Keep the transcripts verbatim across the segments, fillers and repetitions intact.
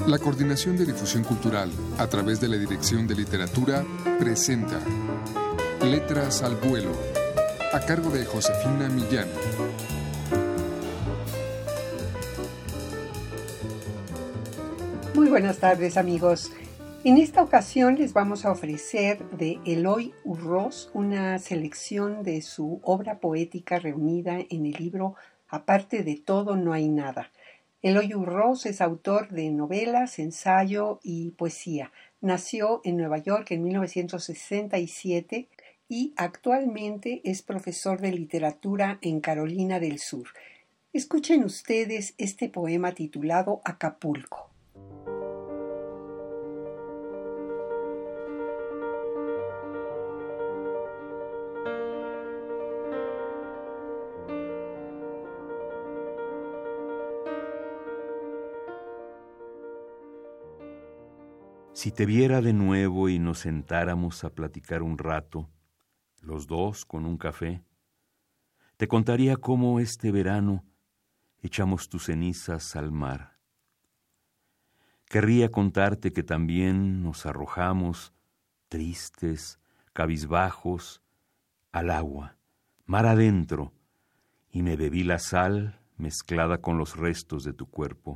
La Coordinación de Difusión Cultural, a través de la Dirección de Literatura, presenta Letras al Vuelo, a cargo de Josefina Millán. Muy buenas tardes, amigos. En esta ocasión les vamos a ofrecer de Eloy Urroz una selección de su obra poética reunida en el libro Aparte de todo no hay nada. Eloy Urroz es autor de novelas, ensayo y poesía. Nació en Nueva York en mil novecientos sesenta y siete y actualmente es profesor de literatura en Carolina del Sur. Escuchen ustedes este poema titulado Acapulco. Si te viera de nuevo y nos sentáramos a platicar un rato, los dos con un café, te contaría cómo este verano echamos tus cenizas al mar. Querría contarte que también nos arrojamos, tristes, cabizbajos, al agua, mar adentro, y me bebí la sal mezclada con los restos de tu cuerpo.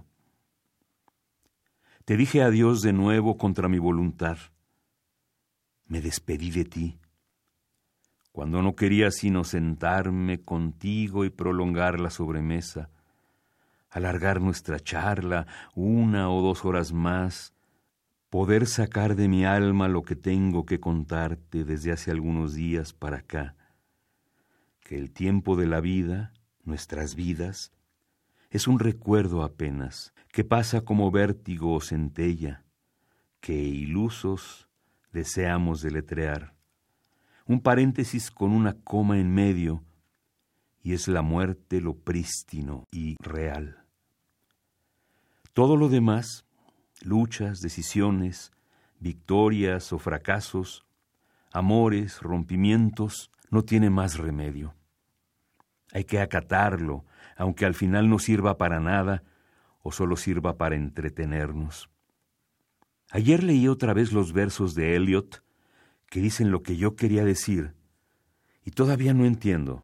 Te dije adiós de nuevo contra mi voluntad. Me despedí de ti, cuando no quería sino sentarme contigo y prolongar la sobremesa, alargar nuestra charla una o dos horas más, poder sacar de mi alma lo que tengo que contarte desde hace algunos días para acá, que el tiempo de la vida, nuestras vidas, es un recuerdo apenas, que pasa como vértigo o centella, que ilusos deseamos deletrear. Un paréntesis con una coma en medio, y es la muerte lo prístino y real. Todo lo demás, luchas, decisiones, victorias o fracasos, amores, rompimientos, no tiene más remedio. Hay que acatarlo, aunque al final no sirva para nada o solo sirva para entretenernos. Ayer leí otra vez los versos de Eliot que dicen lo que yo quería decir y todavía no entiendo.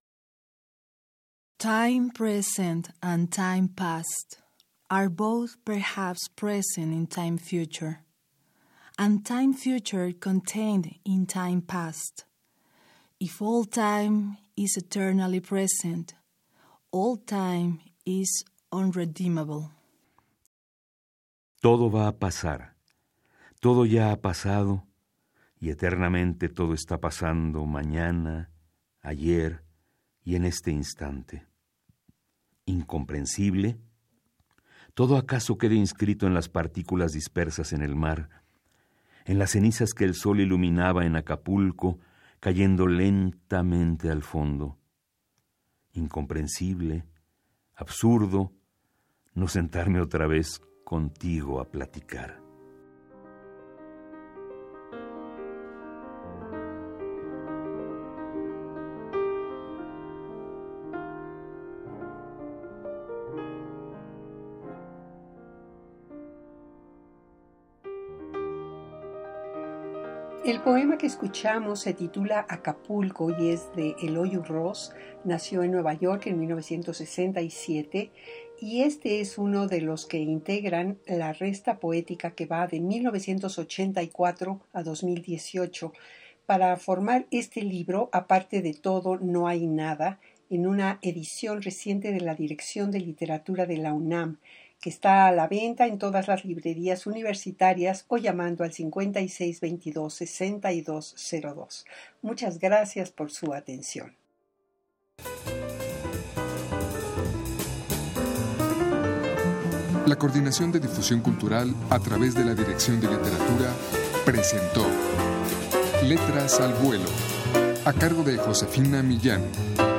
Time present and time past are both perhaps present in time future, and time future contained in time past. If all time is eternally present, all time is unredeemable. Todo va a pasar, todo ya ha pasado, y eternamente todo está pasando mañana, ayer y en este instante. Incomprensible, todo acaso quede inscrito en las partículas dispersas en el mar, en las cenizas que el sol iluminaba en Acapulco, cayendo lentamente al fondo. Incomprensible, absurdo, no sentarme otra vez contigo a platicar. El poema que escuchamos se titula Acapulco y es de Eloy Urroz. Nació en Nueva York en mil novecientos sesenta y siete y este es uno de los que integran la resta poética que va de mil novecientos ochenta y cuatro a dos mil dieciocho. Para formar este libro, aparte de todo, no hay nada, en una edición reciente de la Dirección de Literatura de la UNAM, que está a la venta en todas las librerías universitarias o llamando al cincuenta y seis veintidós sesenta y dos cero dos. Muchas gracias por su atención. La Coordinación de Difusión Cultural, a través de la Dirección de Literatura, presentó Letras al Vuelo, a cargo de Josefina Millán.